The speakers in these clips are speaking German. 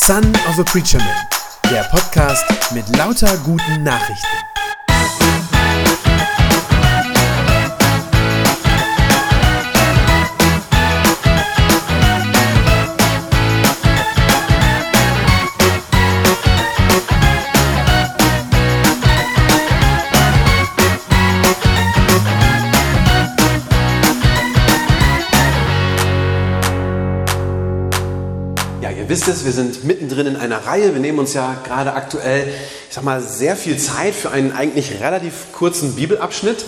Son of a Preacher Man, der Podcast mit lauter guten Nachrichten. Ihr wisst es, wir sind mittendrin in einer Reihe. Wir nehmen uns ja gerade aktuell, sehr viel Zeit für einen eigentlich relativ kurzen Bibelabschnitt.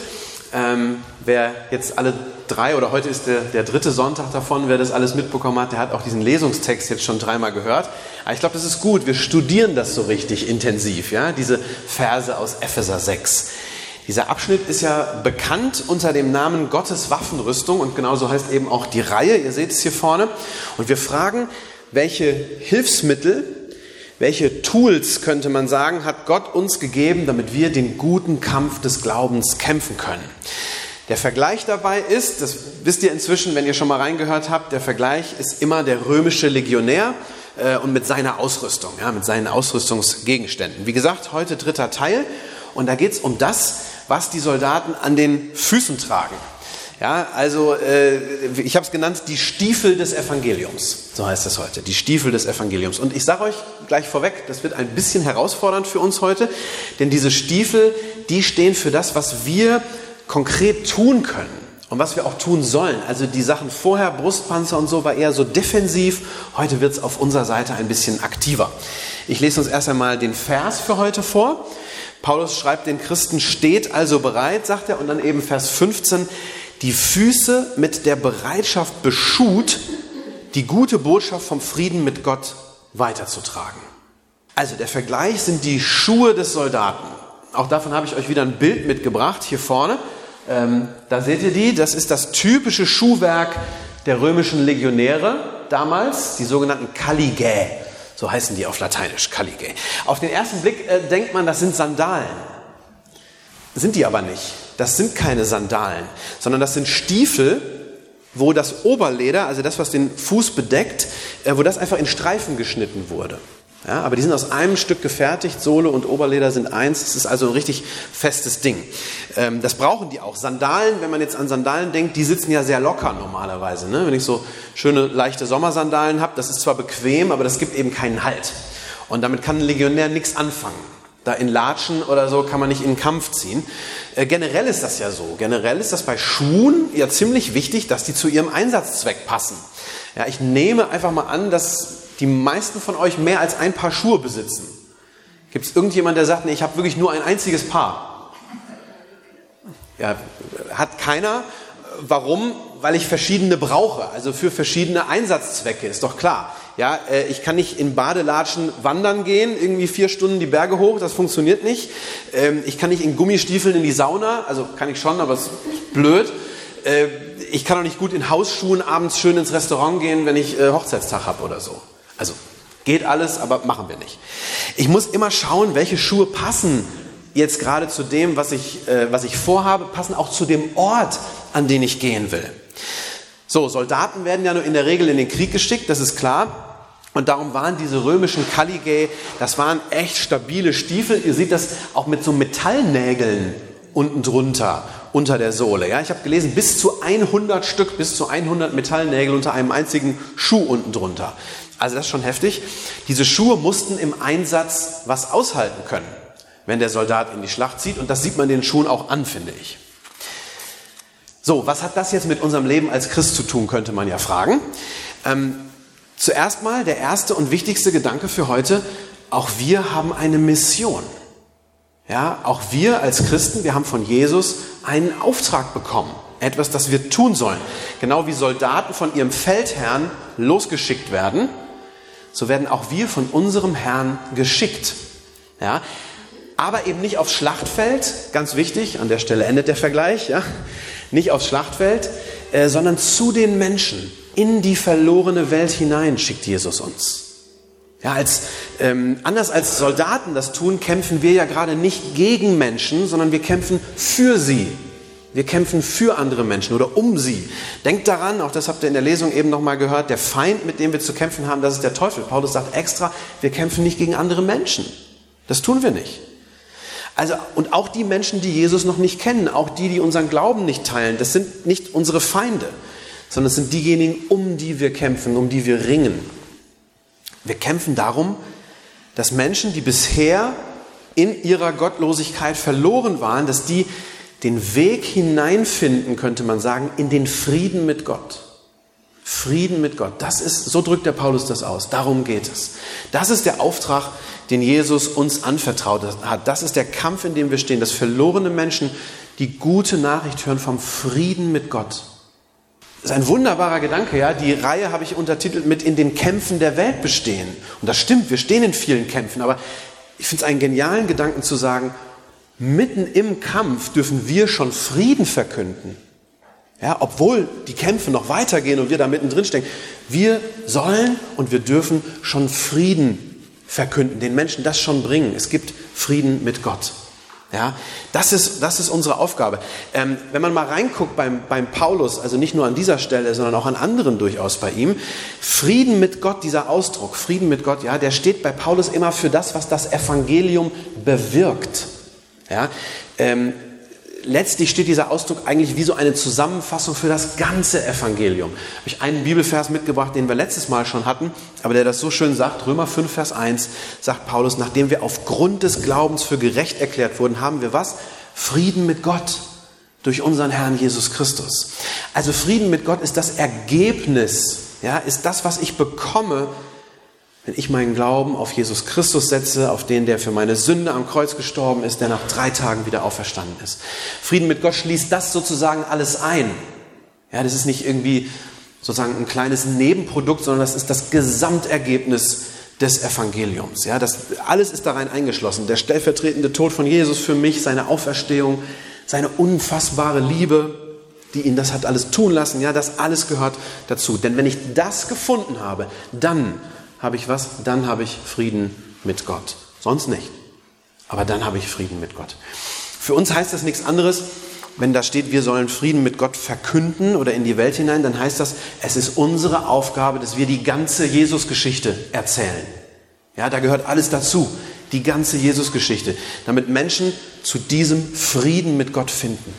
Wer jetzt alle 3 oder heute ist der 3. Sonntag davon, wer das alles mitbekommen hat, der hat auch diesen Lesungstext jetzt schon 3-mal gehört. Aber ich glaube, das ist gut. Wir studieren das so richtig intensiv, ja, diese Verse aus Epheser 6. Dieser Abschnitt ist ja bekannt unter dem Namen Gottes Waffenrüstung und genauso heißt eben auch die Reihe. Ihr seht es hier vorne. Und wir fragen, welche Hilfsmittel, welche Tools, könnte man sagen, hat Gott uns gegeben, damit wir den guten Kampf des Glaubens kämpfen können. Der Vergleich dabei ist, das wisst ihr inzwischen, wenn ihr schon mal reingehört habt, der Vergleich ist immer der römische Legionär und mit seiner Ausrüstung, ja, mit seinen Ausrüstungsgegenständen. Wie gesagt, heute 3. Teil und da geht es um das, was die Soldaten an den Füßen tragen. Ja, also ich habe es genannt, die Stiefel des Evangeliums. So heißt es heute, die Stiefel des Evangeliums. Und ich sage euch gleich vorweg, das wird ein bisschen herausfordernd für uns heute, denn diese Stiefel, die stehen für das, was wir konkret tun können und was wir auch tun sollen. Also die Sachen vorher, Brustpanzer und so, war eher so defensiv. Heute wird es auf unserer Seite ein bisschen aktiver. Ich lese uns erst einmal den Vers für heute vor. Paulus schreibt den Christen, steht also bereit, sagt er, und dann eben Vers 15, die Füße mit der Bereitschaft beschut, die gute Botschaft vom Frieden mit Gott weiterzutragen. Also der Vergleich sind die Schuhe des Soldaten. Auch davon habe ich euch wieder ein Bild mitgebracht, hier vorne. Da seht ihr die, das ist das typische Schuhwerk der römischen Legionäre damals, die sogenannten Caligae. So heißen die auf Lateinisch, Caligae. Auf den ersten Blick denkt man, das sind Sandalen. Sind die aber nicht. Das sind keine Sandalen, sondern das sind Stiefel, wo das Oberleder, also das, was den Fuß bedeckt, wo das einfach in Streifen geschnitten wurde. Ja, aber die sind aus einem Stück gefertigt, Sohle und Oberleder sind eins. Das ist also ein richtig festes Ding. Das brauchen die auch. Sandalen, wenn man jetzt an Sandalen denkt, die sitzen ja sehr locker normalerweise. Ne? Wenn ich so schöne, leichte Sommersandalen habe, das ist zwar bequem, aber das gibt eben keinen Halt. Und damit kann ein Legionär nichts anfangen. Da in Latschen oder so kann man nicht in den Kampf ziehen. Generell ist das ja so. Generell ist das bei Schuhen ja ziemlich wichtig, dass die zu ihrem Einsatzzweck passen. Ja, ich nehme einfach mal an, dass die meisten von euch mehr als ein Paar Schuhe besitzen. Gibt es irgendjemand, der sagt, nee, ich habe wirklich nur ein einziges Paar? Ja, hat keiner. Warum? Weil ich verschiedene brauche, also für verschiedene Einsatzzwecke, ist doch klar. Ja, ich kann nicht in Badelatschen wandern gehen, irgendwie 4 Stunden die Berge hoch, das funktioniert nicht. Ich kann nicht in Gummistiefeln in die Sauna, also kann ich schon, aber es ist blöd. Ich kann auch nicht gut in Hausschuhen abends schön ins Restaurant gehen, wenn ich Hochzeitstag habe oder so. Also geht alles, aber machen wir nicht. Ich muss immer schauen, welche Schuhe passen jetzt gerade zu dem, was ich vorhabe, passen auch zu dem Ort, an den ich gehen will. So, Soldaten werden ja nur in der Regel in den Krieg geschickt, das ist klar. Und darum waren diese römischen Caligae, das waren echt stabile Stiefel. Ihr seht das auch mit so Metallnägeln unten drunter, unter der Sohle. Ja, ich habe gelesen, bis zu 100 Stück, bis zu 100 Metallnägel unter einem einzigen Schuh unten drunter. Also das ist schon heftig. Diese Schuhe mussten im Einsatz was aushalten können, wenn der Soldat in die Schlacht zieht. Und das sieht man den Schuhen auch an, finde ich. So, was hat das jetzt mit unserem Leben als Christ zu tun, könnte man ja fragen. Zuerst mal der erste und wichtigste Gedanke für heute, auch wir haben eine Mission. Ja, auch wir als Christen, wir haben von Jesus einen Auftrag bekommen. Etwas, das wir tun sollen. Genau wie Soldaten von ihrem Feldherrn losgeschickt werden, so werden auch wir von unserem Herrn geschickt. Ja, aber eben nicht aufs Schlachtfeld, ganz wichtig, an der Stelle endet der Vergleich, ja, nicht aufs Schlachtfeld, sondern zu den Menschen, in die verlorene Welt hinein schickt Jesus uns. Ja, anders als Soldaten das tun, kämpfen wir ja gerade nicht gegen Menschen, sondern wir kämpfen für sie. Wir kämpfen für andere Menschen oder um sie. Denkt daran, auch das habt ihr in der Lesung eben nochmal gehört, der Feind, mit dem wir zu kämpfen haben, das ist der Teufel. Paulus sagt extra, wir kämpfen nicht gegen andere Menschen. Das tun wir nicht. Also, und auch die Menschen, die Jesus noch nicht kennen, auch die, die unseren Glauben nicht teilen, das sind nicht unsere Feinde, sondern es sind diejenigen, um die wir kämpfen, um die wir ringen. Wir kämpfen darum, dass Menschen, die bisher in ihrer Gottlosigkeit verloren waren, dass die den Weg hineinfinden, könnte man sagen, in den Frieden mit Gott. Frieden mit Gott, das ist, so drückt der Paulus das aus, darum geht es. Das ist der Auftrag, den Jesus uns anvertraut hat. Das ist der Kampf, in dem wir stehen, dass verlorene Menschen die gute Nachricht hören vom Frieden mit Gott. Das ist ein wunderbarer Gedanke, ja. Die Reihe habe ich untertitelt mit "In den Kämpfen der Welt bestehen". Und das stimmt, wir stehen in vielen Kämpfen, aber ich finde es einen genialen Gedanken zu sagen, mitten im Kampf dürfen wir schon Frieden verkünden. Ja, obwohl die Kämpfe noch weitergehen und wir da mittendrin stecken. Wir sollen und wir dürfen schon Frieden verkünden, den Menschen das schon bringen. Es gibt Frieden mit Gott. Ja, das ist unsere Aufgabe. Wenn man mal reinguckt beim Paulus, also nicht nur an dieser Stelle, sondern auch an anderen durchaus bei ihm, Frieden mit Gott, dieser Ausdruck, Frieden mit Gott, ja, der steht bei Paulus immer für das, was das Evangelium bewirkt. Ja, letztlich steht dieser Ausdruck eigentlich wie so eine Zusammenfassung für das ganze Evangelium. Habe ich einen Bibelvers mitgebracht, den wir letztes Mal schon hatten, aber der das so schön sagt, Römer 5, Vers 1, sagt Paulus, nachdem wir aufgrund des Glaubens für gerecht erklärt wurden, haben wir was? Frieden mit Gott durch unseren Herrn Jesus Christus. Also Frieden mit Gott ist das Ergebnis, ja, ist das, was ich bekomme, wenn ich meinen Glauben auf Jesus Christus setze, auf den, der für meine Sünde am Kreuz gestorben ist, der nach 3 Tagen wieder auferstanden ist. Frieden mit Gott schließt das sozusagen alles ein. Ja, das ist nicht irgendwie sozusagen ein kleines Nebenprodukt, sondern das ist das Gesamtergebnis des Evangeliums. Ja, das alles ist da rein eingeschlossen. Der stellvertretende Tod von Jesus für mich, seine Auferstehung, seine unfassbare Liebe, die ihn das hat alles tun lassen. Ja, das alles gehört dazu. Denn wenn ich das gefunden habe, dann habe ich was? Dann habe ich Frieden mit Gott. Sonst nicht. Aber dann habe ich Frieden mit Gott. Für uns heißt das nichts anderes, wenn da steht, wir sollen Frieden mit Gott verkünden oder in die Welt hinein, dann heißt das, es ist unsere Aufgabe, dass wir die ganze Jesus-Geschichte erzählen. Ja, da gehört alles dazu. Die ganze Jesus-Geschichte. Damit Menschen zu diesem Frieden mit Gott finden.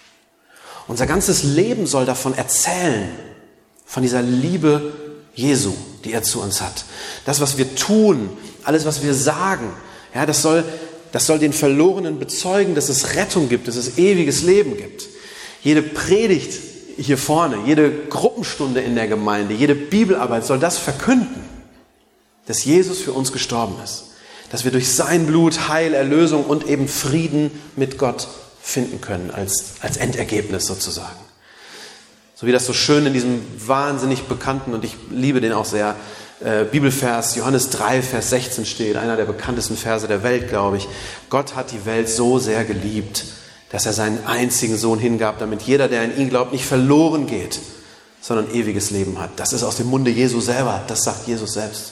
Unser ganzes Leben soll davon erzählen. Von dieser Liebe Jesu, die er zu uns hat. Das, was wir tun, alles, was wir sagen, ja, das soll den Verlorenen bezeugen, dass es Rettung gibt, dass es ewiges Leben gibt. Jede Predigt hier vorne, jede Gruppenstunde in der Gemeinde, jede Bibelarbeit soll das verkünden, dass Jesus für uns gestorben ist. Dass wir durch sein Blut Heil, Erlösung und eben Frieden mit Gott finden können, als Endergebnis sozusagen. So wie das so schön in diesem wahnsinnig bekannten, und ich liebe den auch sehr, Bibelvers, Johannes 3, Vers 16 steht, einer der bekanntesten Verse der Welt, glaube ich. Gott hat die Welt so sehr geliebt, dass er seinen einzigen Sohn hingab, damit jeder, der an ihn glaubt, nicht verloren geht, sondern ewiges Leben hat. Das ist aus dem Munde Jesu selber, das sagt Jesus selbst.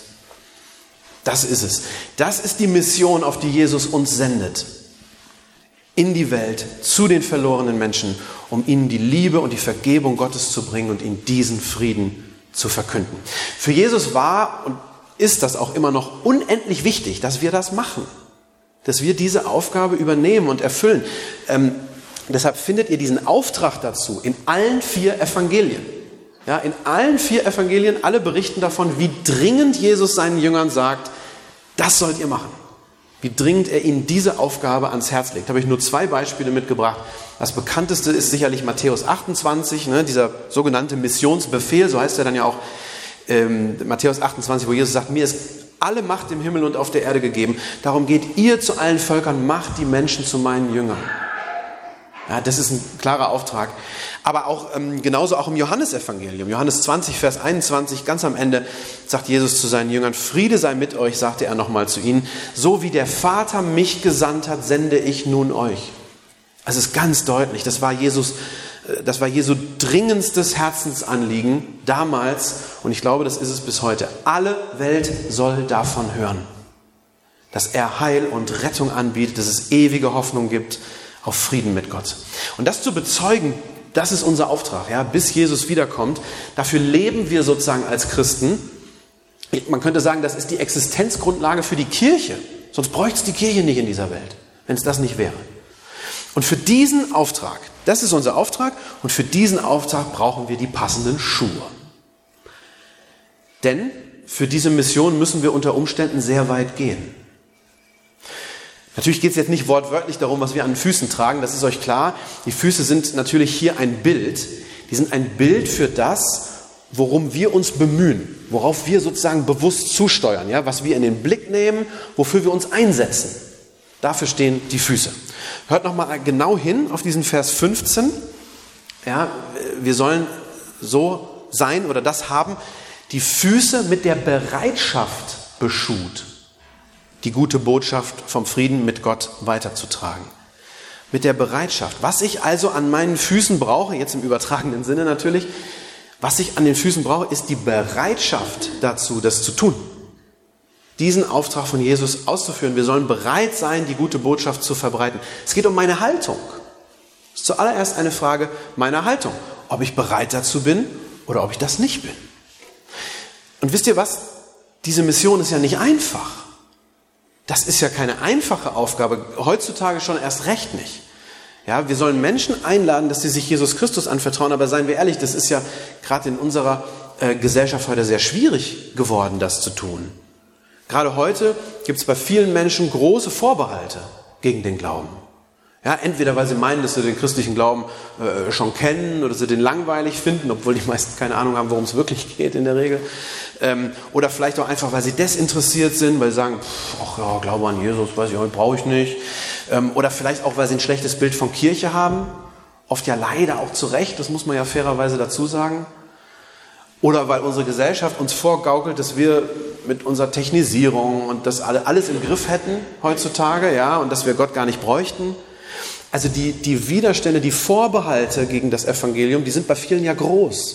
Das ist es. Das ist die Mission, auf die Jesus uns sendet. In die Welt, zu den verlorenen Menschen, um ihnen die Liebe und die Vergebung Gottes zu bringen und ihnen diesen Frieden zu verkünden. Für Jesus war und ist das auch immer noch unendlich wichtig, dass wir das machen. Dass wir diese Aufgabe übernehmen und erfüllen. Deshalb findet ihr diesen Auftrag dazu in allen 4 Evangelien. Ja, in allen 4 Evangelien, alle berichten davon, wie dringend Jesus seinen Jüngern sagt, das sollt ihr machen. Wie dringend er ihnen diese Aufgabe ans Herz legt. Da habe ich nur 2 Beispiele mitgebracht. Das bekannteste ist sicherlich Matthäus 28, dieser sogenannte Missionsbefehl, so heißt er dann ja auch, Matthäus 28, wo Jesus sagt, mir ist alle Macht im Himmel und auf der Erde gegeben. Darum geht ihr zu allen Völkern, macht die Menschen zu meinen Jüngern. Ja, das ist ein klarer Auftrag. Aber auch genauso auch im Johannesevangelium. Johannes 20, Vers 21, ganz am Ende sagt Jesus zu seinen Jüngern, Friede sei mit euch, sagte er nochmal zu ihnen. So wie der Vater mich gesandt hat, sende ich nun euch. Also es ist ganz deutlich, das war Jesu dringendstes Herzensanliegen damals. Und ich glaube, das ist es bis heute. Alle Welt soll davon hören. Dass er Heil und Rettung anbietet, dass es ewige Hoffnung gibt. auf Frieden mit Gott. Und das zu bezeugen, das ist unser Auftrag, ja, bis Jesus wiederkommt. Dafür leben wir sozusagen als Christen. Man könnte sagen, das ist die Existenzgrundlage für die Kirche. Sonst bräuchte es die Kirche nicht in dieser Welt, wenn es das nicht wäre. Und für diesen Auftrag, das ist unser Auftrag, und für diesen Auftrag brauchen wir die passenden Schuhe. Denn für diese Mission müssen wir unter Umständen sehr weit gehen. Natürlich geht es jetzt nicht wortwörtlich darum, was wir an den Füßen tragen, das ist euch klar. Die Füße sind natürlich hier ein Bild. Die sind ein Bild für das, worum wir uns bemühen, worauf wir sozusagen bewusst zusteuern, ja, was wir in den Blick nehmen, wofür wir uns einsetzen. Dafür stehen die Füße. Hört nochmal genau hin auf diesen Vers 15. Ja, wir sollen so sein oder das haben, die Füße mit der Bereitschaft beschut, die gute Botschaft vom Frieden mit Gott weiterzutragen. Mit der Bereitschaft. Was ich also an meinen Füßen brauche, jetzt im übertragenen Sinne natürlich, was ich an den Füßen brauche, ist die Bereitschaft dazu, das zu tun. Diesen Auftrag von Jesus auszuführen. Wir sollen bereit sein, die gute Botschaft zu verbreiten. Es geht um meine Haltung. Es ist zuallererst eine Frage meiner Haltung. Ob ich bereit dazu bin oder ob ich das nicht bin. Und wisst ihr was? Diese Mission ist ja nicht einfach. Das ist ja keine einfache Aufgabe. Heutzutage schon erst recht nicht. Ja, wir sollen Menschen einladen, dass sie sich Jesus Christus anvertrauen. Aber seien wir ehrlich, das ist ja gerade in unserer Gesellschaft heute sehr schwierig geworden, das zu tun. Gerade heute gibt es bei vielen Menschen große Vorbehalte gegen den Glauben. Ja, entweder weil sie meinen, dass sie den christlichen Glauben schon kennen oder sie den langweilig finden, obwohl die meisten keine Ahnung haben, worum es wirklich geht in der Regel. Oder vielleicht auch einfach, weil sie desinteressiert sind, weil sie sagen, ach ja, Glaube an Jesus, weiß ich auch, brauche ich nicht. Oder vielleicht auch, weil sie ein schlechtes Bild von Kirche haben. Oft ja leider auch zu Recht, das muss man ja fairerweise dazu sagen. Oder weil unsere Gesellschaft uns vorgaukelt, dass wir mit unserer Technisierung und das alles im Griff hätten heutzutage, ja, und dass wir Gott gar nicht bräuchten. Also die Widerstände, die Vorbehalte gegen das Evangelium, die sind bei vielen ja groß.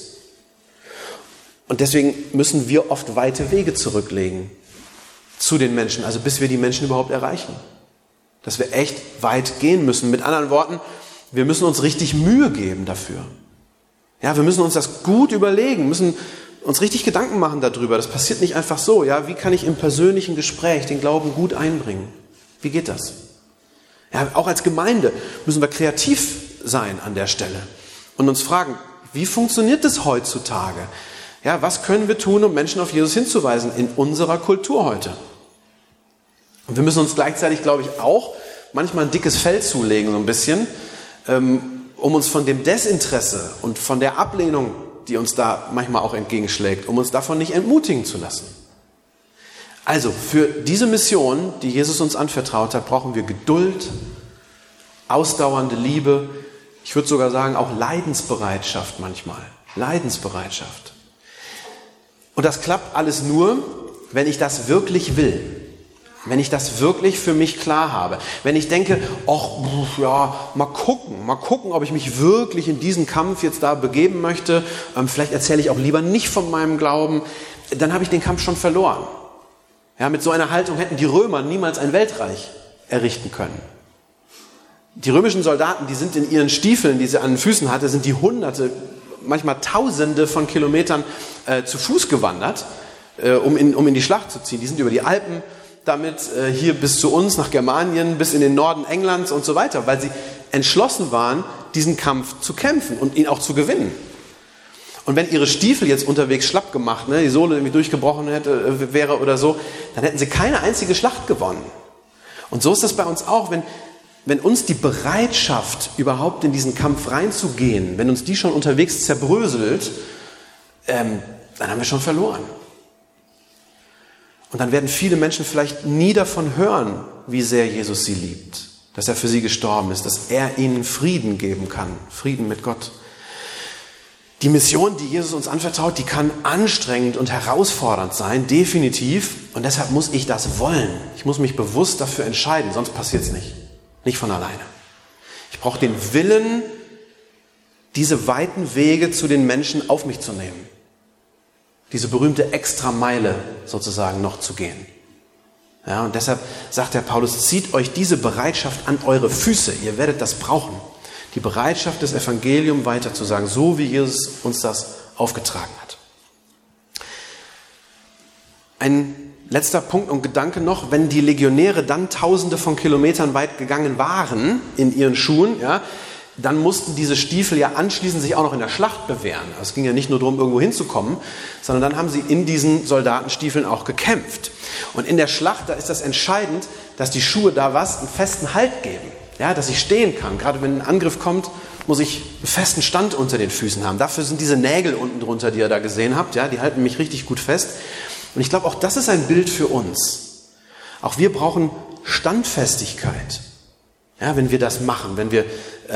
Und deswegen müssen wir oft weite Wege zurücklegen zu den Menschen, also bis wir die Menschen überhaupt erreichen. Dass wir echt weit gehen müssen. Mit anderen Worten, wir müssen uns richtig Mühe geben dafür. Ja, wir müssen uns das gut überlegen, müssen uns richtig Gedanken machen darüber. Das passiert nicht einfach so. Ja, wie kann ich im persönlichen Gespräch den Glauben gut einbringen? Wie geht das? Ja, auch als Gemeinde müssen wir kreativ sein an der Stelle und uns fragen, wie funktioniert das heutzutage? Ja, was können wir tun, um Menschen auf Jesus hinzuweisen in unserer Kultur heute? Und wir müssen uns gleichzeitig, glaube ich, auch manchmal ein dickes Fell zulegen, so ein bisschen, um uns von dem Desinteresse und von der Ablehnung, die uns da manchmal auch entgegenschlägt, um uns davon nicht entmutigen zu lassen. Also für diese Mission, die Jesus uns anvertraut hat, brauchen wir Geduld, ausdauernde Liebe, ich würde sogar sagen auch Leidensbereitschaft manchmal. Leidensbereitschaft. Und das klappt alles nur, wenn ich das wirklich will. Wenn ich das wirklich für mich klar habe. Wenn ich denke, ach ja, mal gucken, ob ich mich wirklich in diesen Kampf jetzt da begeben möchte. Vielleicht erzähle ich auch lieber nicht von meinem Glauben. Dann habe ich den Kampf schon verloren. Ja, mit so einer Haltung hätten die Römer niemals ein Weltreich errichten können. Die römischen Soldaten, die sind in ihren Stiefeln, die sie an den Füßen hatte, sind die Hunderte, manchmal Tausende von Kilometern zu Fuß gewandert, um in die Schlacht zu ziehen. Die sind über die Alpen damit hier bis zu uns, nach Germanien, bis in den Norden Englands und so weiter, weil sie entschlossen waren, diesen Kampf zu kämpfen und ihn auch zu gewinnen. Und wenn ihre Stiefel jetzt unterwegs schlapp gemacht, die Sohle irgendwie durchgebrochen wäre oder so, dann hätten sie keine einzige Schlacht gewonnen. Und so ist das bei uns auch, wenn uns die Bereitschaft, überhaupt in diesen Kampf reinzugehen, wenn uns die schon unterwegs zerbröselt, dann haben wir schon verloren. Und dann werden viele Menschen vielleicht nie davon hören, wie sehr Jesus sie liebt, dass er für sie gestorben ist, dass er ihnen Frieden geben kann, Frieden mit Gott. Die Mission, die Jesus uns anvertraut, die kann anstrengend und herausfordernd sein, definitiv. Und deshalb muss ich das wollen. Ich muss mich bewusst dafür entscheiden, sonst passiert es nicht. Nicht von alleine. Ich brauche den Willen, diese weiten Wege zu den Menschen auf mich zu nehmen. Diese berühmte Extrameile sozusagen noch zu gehen. Ja, und deshalb sagt der Paulus, zieht euch diese Bereitschaft an eure Füße. Ihr werdet das brauchen. Die Bereitschaft, das Evangelium weiterzusagen, so wie Jesus uns das aufgetragen hat. Ein letzter Punkt und Gedanke noch, wenn die Legionäre dann Tausende von Kilometern weit gegangen waren in ihren Schuhen, ja, dann mussten diese Stiefel ja anschließend sich auch noch in der Schlacht bewähren. Es ging ja nicht nur darum, irgendwo hinzukommen, sondern dann haben sie in diesen Soldatenstiefeln auch gekämpft. Und in der Schlacht, da ist das entscheidend, dass die Schuhe da einen festen Halt geben. Ja, dass ich stehen kann. Gerade wenn ein Angriff kommt, muss ich einen festen Stand unter den Füßen haben. Dafür sind diese Nägel unten drunter, die ihr da gesehen habt, ja, die halten mich richtig gut fest. Und ich glaube, auch das ist ein Bild für uns. Auch wir brauchen Standfestigkeit. Ja, wenn wir das machen, wenn wir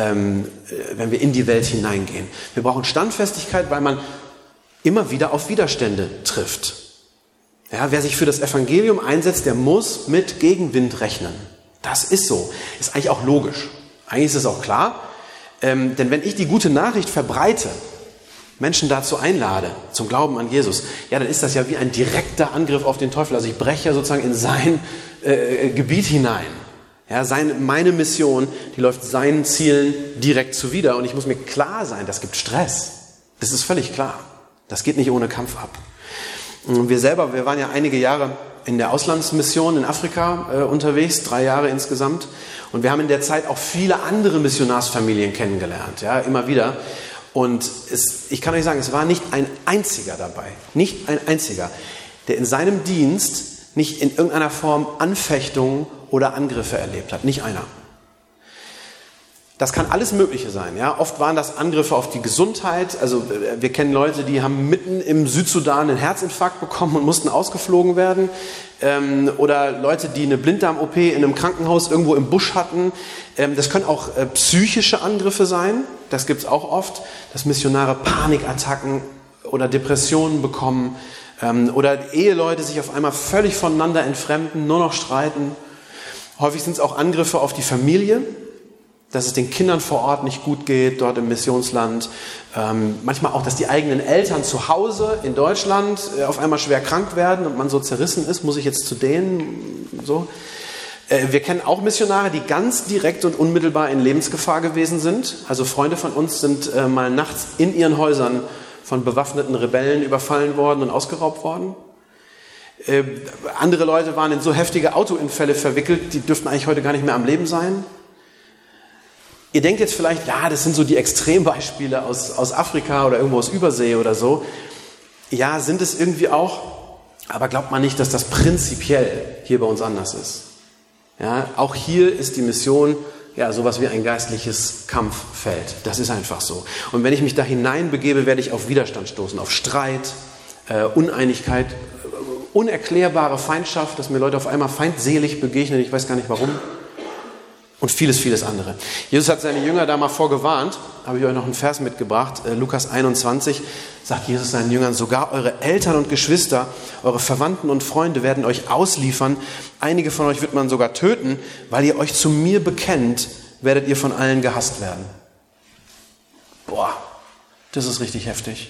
in die Welt hineingehen. Wir brauchen Standfestigkeit, weil man immer wieder auf Widerstände trifft. Ja, wer sich für das Evangelium einsetzt, der muss mit Gegenwind rechnen. Das ist so. Ist eigentlich auch logisch. Eigentlich ist es auch klar. Denn wenn ich die gute Nachricht verbreite, Menschen dazu einlade, zum Glauben an Jesus, ja, dann ist das ja wie ein direkter Angriff auf den Teufel. Also ich breche ja sozusagen in sein Gebiet hinein. Ja, meine Mission, die läuft seinen Zielen direkt zuwider. Und ich muss mir klar sein, das gibt Stress. Das ist völlig klar. Das geht nicht ohne Kampf ab. Und wir waren ja einige Jahre in der Auslandsmission in Afrika unterwegs, 3 Jahre insgesamt. Und wir haben in der Zeit auch viele andere Missionarsfamilien kennengelernt, ja, immer wieder. Und ich kann euch sagen, es war nicht ein einziger dabei, nicht ein einziger, der in seinem Dienst nicht in irgendeiner Form Anfechtungen oder Angriffe erlebt hat. Nicht einer. Das kann alles Mögliche sein. Ja? Oft waren das Angriffe auf die Gesundheit. Also wir kennen Leute, die haben mitten im Südsudan einen Herzinfarkt bekommen und mussten ausgeflogen werden. Oder Leute, die eine Blinddarm-OP in einem Krankenhaus irgendwo im Busch hatten. Das können auch psychische Angriffe sein. Das gibt es auch oft, dass Missionare Panikattacken oder Depressionen bekommen. Oder Eheleute sich auf einmal völlig voneinander entfremden, nur noch streiten. Häufig sind es auch Angriffe auf die Familie, dass es den Kindern vor Ort nicht gut geht, dort im Missionsland. Manchmal auch, dass die eigenen Eltern zu Hause in Deutschland auf einmal schwer krank werden und man so zerrissen ist, muss ich jetzt zu denen? So. Wir kennen auch Missionare, die ganz direkt und unmittelbar in Lebensgefahr gewesen sind. Also Freunde von uns sind mal nachts in ihren Häusern von bewaffneten Rebellen überfallen worden und ausgeraubt worden. Andere Leute waren in so heftige Autounfälle verwickelt, die dürften eigentlich heute gar nicht mehr am Leben sein. Ihr denkt jetzt vielleicht, ja, das sind so die Extrembeispiele aus Afrika oder irgendwo aus Übersee oder so. Ja, sind es irgendwie auch, aber glaubt man nicht, dass das prinzipiell hier bei uns anders ist. Ja, auch hier ist die Mission ja sowas wie ein geistliches Kampffeld. Das ist einfach so. Und wenn ich mich da hineinbegebe, werde ich auf Widerstand stoßen, auf Streit, Uneinigkeit, unerklärbare Feindschaft, dass mir Leute auf einmal feindselig begegnen, ich weiß gar nicht warum. Und vieles, vieles andere. Jesus hat seine Jünger da mal vorgewarnt, habe ich euch noch einen Vers mitgebracht, Lukas 21, sagt Jesus seinen Jüngern, sogar eure Eltern und Geschwister, eure Verwandten und Freunde werden euch ausliefern, einige von euch wird man sogar töten, weil ihr euch zu mir bekennt, werdet ihr von allen gehasst werden. Boah, das ist richtig heftig.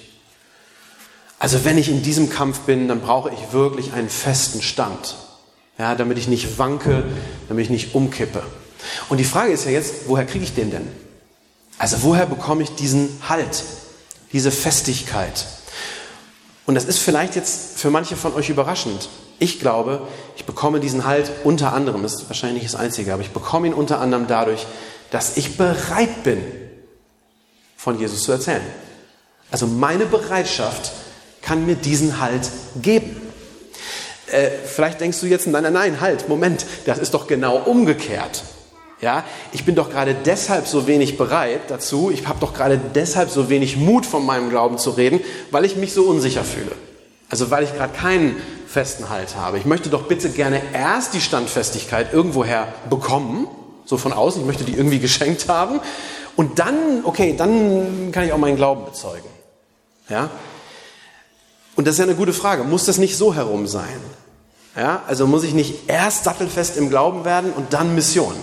Also wenn ich in diesem Kampf bin, dann brauche ich wirklich einen festen Stand, ja, damit ich nicht wanke, damit ich nicht umkippe. Und die Frage ist ja jetzt, woher kriege ich den denn? Also woher bekomme ich diesen Halt, diese Festigkeit? Und das ist vielleicht jetzt für manche von euch überraschend. Ich glaube, ich bekomme diesen Halt unter anderem, das ist wahrscheinlich nicht das Einzige, aber ich bekomme ihn unter anderem dadurch, dass ich bereit bin, von Jesus zu erzählen. Also meine Bereitschaft kann mir diesen Halt geben. Vielleicht denkst du jetzt, nein, halt, Moment, das ist doch genau umgekehrt. Ja, ich bin doch gerade deshalb so wenig bereit dazu, ich habe doch gerade deshalb so wenig Mut, von meinem Glauben zu reden, weil ich mich so unsicher fühle. Also weil ich gerade keinen festen Halt habe. Ich möchte doch bitte gerne erst die Standfestigkeit irgendwoher bekommen, so von außen, ich möchte die irgendwie geschenkt haben und dann, okay, dann kann ich auch meinen Glauben bezeugen. Ja? Und das ist ja eine gute Frage, muss das nicht so herum sein? Ja? Also muss ich nicht erst sattelfest im Glauben werden und dann Mission?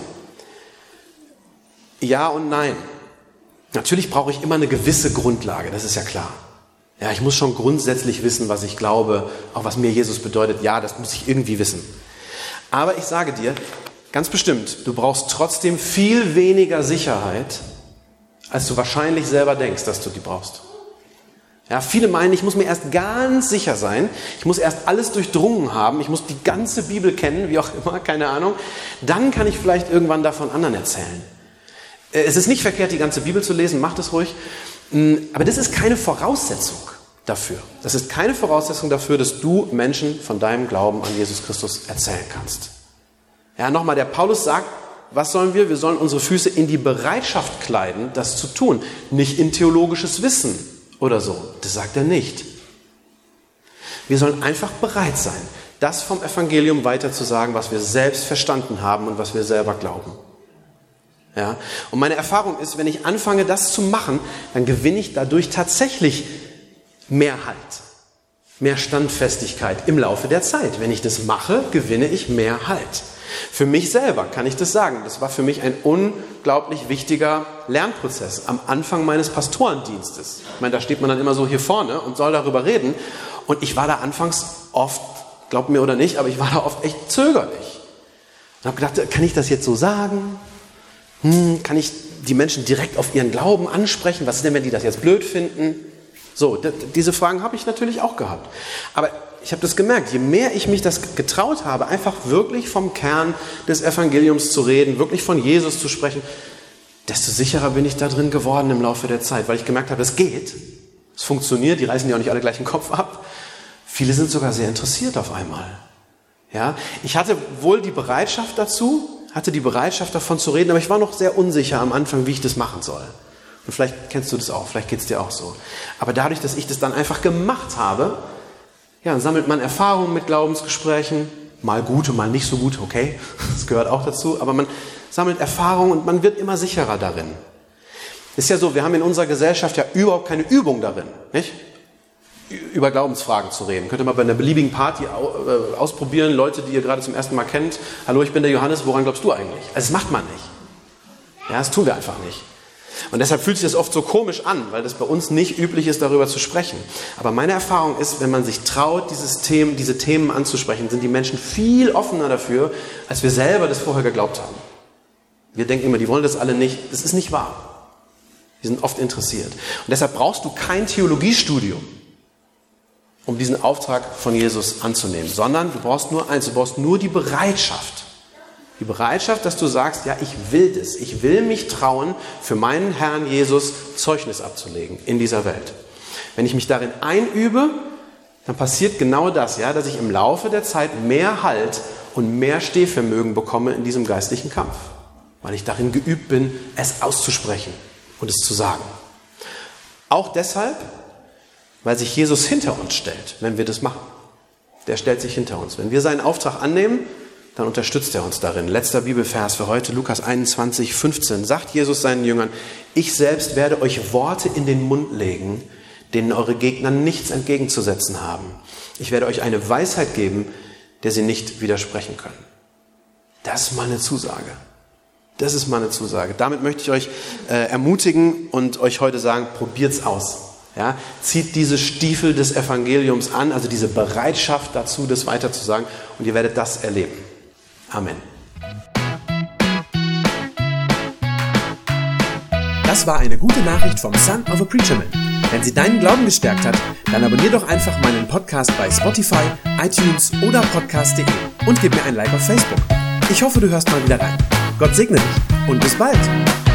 Ja und nein. Natürlich brauche ich immer eine gewisse Grundlage, das ist ja klar. Ja, ich muss schon grundsätzlich wissen, was ich glaube, auch was mir Jesus bedeutet. Ja, das muss ich irgendwie wissen. Aber ich sage dir, ganz bestimmt, du brauchst trotzdem viel weniger Sicherheit, als du wahrscheinlich selber denkst, dass du die brauchst. Ja, viele meinen, ich muss mir erst ganz sicher sein, ich muss erst alles durchdrungen haben, ich muss die ganze Bibel kennen, wie auch immer, keine Ahnung, dann kann ich vielleicht irgendwann davon anderen erzählen. Es ist nicht verkehrt, die ganze Bibel zu lesen, macht es ruhig, aber das ist keine Voraussetzung dafür. Das ist keine Voraussetzung dafür, dass du Menschen von deinem Glauben an Jesus Christus erzählen kannst. Ja, nochmal, der Paulus sagt, was sollen wir? Wir sollen unsere Füße in die Bereitschaft kleiden, das zu tun, nicht in theologisches Wissen oder so. Das sagt er nicht. Wir sollen einfach bereit sein, das vom Evangelium weiterzusagen, was wir selbst verstanden haben und was wir selber glauben. Ja? Und meine Erfahrung ist, wenn ich anfange, das zu machen, dann gewinne ich dadurch tatsächlich mehr Halt, mehr Standfestigkeit im Laufe der Zeit. Wenn ich das mache, gewinne ich mehr Halt. Für mich selber kann ich das sagen. Das war für mich ein unglaublich wichtiger Lernprozess am Anfang meines Pastorendienstes. Ich meine, da steht man dann immer so hier vorne und soll darüber reden. Und ich war da anfangs oft, glaubt mir oder nicht, aber ich war da oft echt zögerlich. Und habe gedacht, kann ich das jetzt so sagen? Kann ich die Menschen direkt auf ihren Glauben ansprechen? Was ist denn, wenn die das jetzt blöd finden? So, diese Fragen habe ich natürlich auch gehabt. Aber ich habe das gemerkt, je mehr ich mich das getraut habe, einfach wirklich vom Kern des Evangeliums zu reden, wirklich von Jesus zu sprechen, desto sicherer bin ich da drin geworden im Laufe der Zeit, weil ich gemerkt habe, es geht, es funktioniert, die reißen ja auch nicht alle gleich den Kopf ab. Viele sind sogar sehr interessiert auf einmal. Ja, ich hatte wohl die Bereitschaft dazu, hatte die Bereitschaft davon zu reden, aber ich war noch sehr unsicher am Anfang, wie ich das machen soll. Und vielleicht kennst du das auch, vielleicht geht es dir auch so. Aber dadurch, dass ich das dann einfach gemacht habe, ja, dann sammelt man Erfahrungen mit Glaubensgesprächen, mal gute, mal nicht so gute, okay, das gehört auch dazu, aber man sammelt Erfahrungen und man wird immer sicherer darin. Ist ja so, wir haben in unserer Gesellschaft ja überhaupt keine Übung darin, nicht? Über Glaubensfragen zu reden. Könnt ihr mal bei einer beliebigen Party ausprobieren, Leute, die ihr gerade zum ersten Mal kennt. Hallo, ich bin der Johannes, woran glaubst du eigentlich? Also das macht man nicht. Ja, das tun wir einfach nicht. Und deshalb fühlt sich das oft so komisch an, weil das bei uns nicht üblich ist, darüber zu sprechen. Aber meine Erfahrung ist, wenn man sich traut, diese Themen anzusprechen, sind die Menschen viel offener dafür, als wir selber das vorher geglaubt haben. Wir denken immer, die wollen das alle nicht. Das ist nicht wahr. Die sind oft interessiert. Und deshalb brauchst du kein Theologiestudium, um diesen Auftrag von Jesus anzunehmen, sondern du brauchst nur eins, du brauchst nur die Bereitschaft. Die Bereitschaft, dass du sagst, ja, ich will das. Ich will mich trauen, für meinen Herrn Jesus Zeugnis abzulegen in dieser Welt. Wenn ich mich darin einübe, dann passiert genau das, ja, dass ich im Laufe der Zeit mehr Halt und mehr Stehvermögen bekomme in diesem geistlichen Kampf. Weil ich darin geübt bin, es auszusprechen und es zu sagen. Auch deshalb, weil sich Jesus hinter uns stellt, wenn wir das machen. Der stellt sich hinter uns. Wenn wir seinen Auftrag annehmen, dann unterstützt er uns darin. Letzter Bibelvers für heute, Lukas 21, 15. Sagt Jesus seinen Jüngern, ich selbst werde euch Worte in den Mund legen, denen eure Gegner nichts entgegenzusetzen haben. Ich werde euch eine Weisheit geben, der sie nicht widersprechen können. Das ist meine Zusage. Das ist meine Zusage. Damit möchte ich euch ermutigen und euch heute sagen, probiert's aus. Ja, zieht diese Stiefel des Evangeliums an, also diese Bereitschaft dazu, das weiterzusagen, und ihr werdet das erleben. Amen. Das war eine gute Nachricht vom Son of a Preacher Man. Wenn sie deinen Glauben gestärkt hat, dann abonnier doch einfach meinen Podcast bei Spotify, iTunes oder podcast.de und gib mir ein Like auf Facebook. Ich hoffe, du hörst mal wieder rein. Gott segne dich und bis bald.